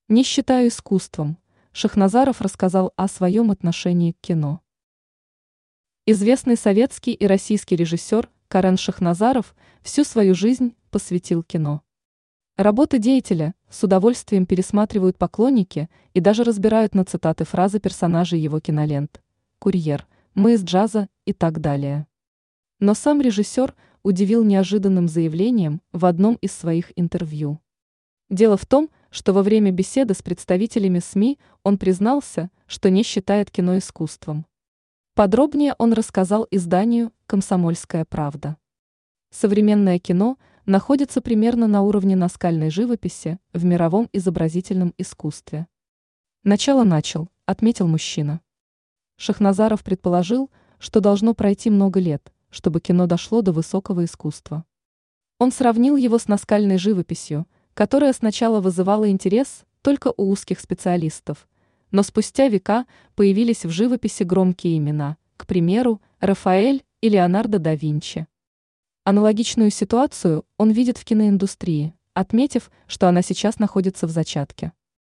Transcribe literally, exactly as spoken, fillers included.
Не считаю искусством. Шахназаров рассказал о своем отношении к кино. Известный советский и российский режиссер Карен Шахназаров всю свою жизнь посвятил кино. Работы деятеля с удовольствием пересматривают поклонники и даже разбирают на цитаты фразы персонажей его кинолент «Курьер», «Мы из джаза» и так далее. Но сам режиссер удивил неожиданным заявлением в одном из своих интервью. Дело в том, что во время беседы с представителями СМИ он признался, что не считает кино искусством. Подробнее он рассказал изданию «Комсомольская правда». Современное кино находится примерно на уровне наскальной живописи в мировом изобразительном искусстве. Начало начал, отметил мужчина. Шахназаров предположил, что должно пройти много лет, чтобы кино дошло до высокого искусства. Он сравнил его с наскальной живописью, которая сначала вызывала интерес только у узких специалистов, но спустя века появились в живописи громкие имена, к примеру, Рафаэль и Леонардо да Винчи. Аналогичную ситуацию он видит в киноиндустрии, отметив, что она сейчас находится в зачатке.